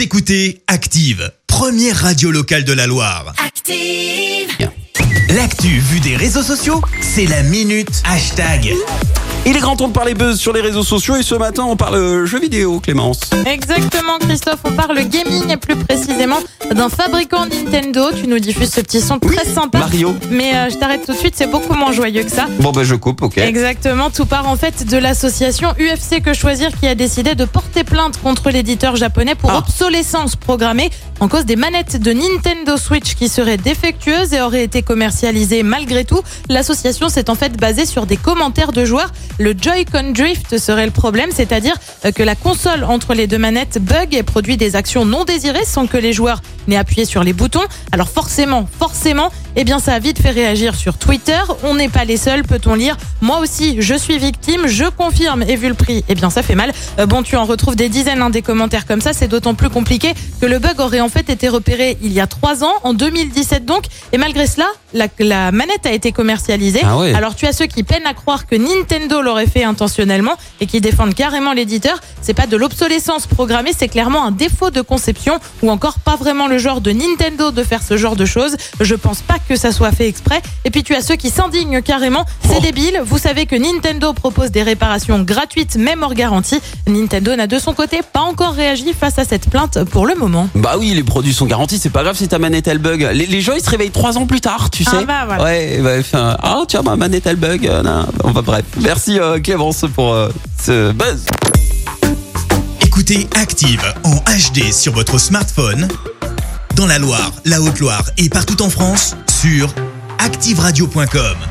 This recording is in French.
Vous écoutez Active, première radio locale de la Loire. Active. L'actu vue des réseaux sociaux, c'est la minute hashtag. Il est grand temps de parler buzz sur les réseaux sociaux et ce matin on parle jeux vidéo, Clémence. Exactement Christophe, on parle gaming et plus précisément d'un fabricant Nintendo. Tu nous diffuses ce petit son très sympa. Mario. Mais je t'arrête tout de suite, c'est beaucoup moins joyeux que ça. Bon je coupe, ok. Exactement, tout part en fait de l'association UFC Que Choisir qui a décidé de porter plainte contre l'éditeur japonais pour obsolescence programmée en cause des manettes de Nintendo Switch qui seraient défectueuses et auraient été commercialisées malgré tout. L'association s'est en fait basée sur des commentaires de joueurs. Le Joy-Con Drift serait le problème, c'est-à-dire que la console entre les deux manettes bug et produit des actions non désirées sans que les joueurs n'aient appuyé sur les boutons. Alors forcément, eh bien ça a vite fait réagir sur Twitter. On n'est pas les seuls, peut-on lire. Moi aussi, je suis victime, je confirme et vu le prix, eh bien ça fait mal. Bon, tu en retrouves des dizaines des commentaires comme ça, c'est d'autant plus compliqué que le bug aurait en fait été repéré il y a 3 ans, en 2017 donc, et malgré cela, la manette a été commercialisée. Ah ouais. Alors tu as ceux qui peinent à croire que Nintendo l'aurait fait intentionnellement et qui défendent carrément l'éditeur. C'est pas de l'obsolescence programmée, c'est clairement un défaut de conception ou encore pas vraiment le genre de Nintendo de faire ce genre de choses. Je pense pas que ça soit fait exprès. Et puis tu as ceux qui s'indignent carrément. C'est débile. Vous savez que Nintendo propose des réparations gratuites, même hors garantie. Nintendo n'a de son côté pas encore réagi face à cette plainte pour le moment. Bah oui, les produits sont garantis, c'est pas grave si ta manette elle bug. Les gens ils se réveillent 3 ans plus tard, tu sais. Bah, voilà. Ouais, tiens, ma manette elle bug. Non. Bon, bref. Merci Clémence pour ce buzz. Écoutez Active en HD sur votre smartphone, dans la Loire, la Haute-Loire et partout en France, sur activeradio.com.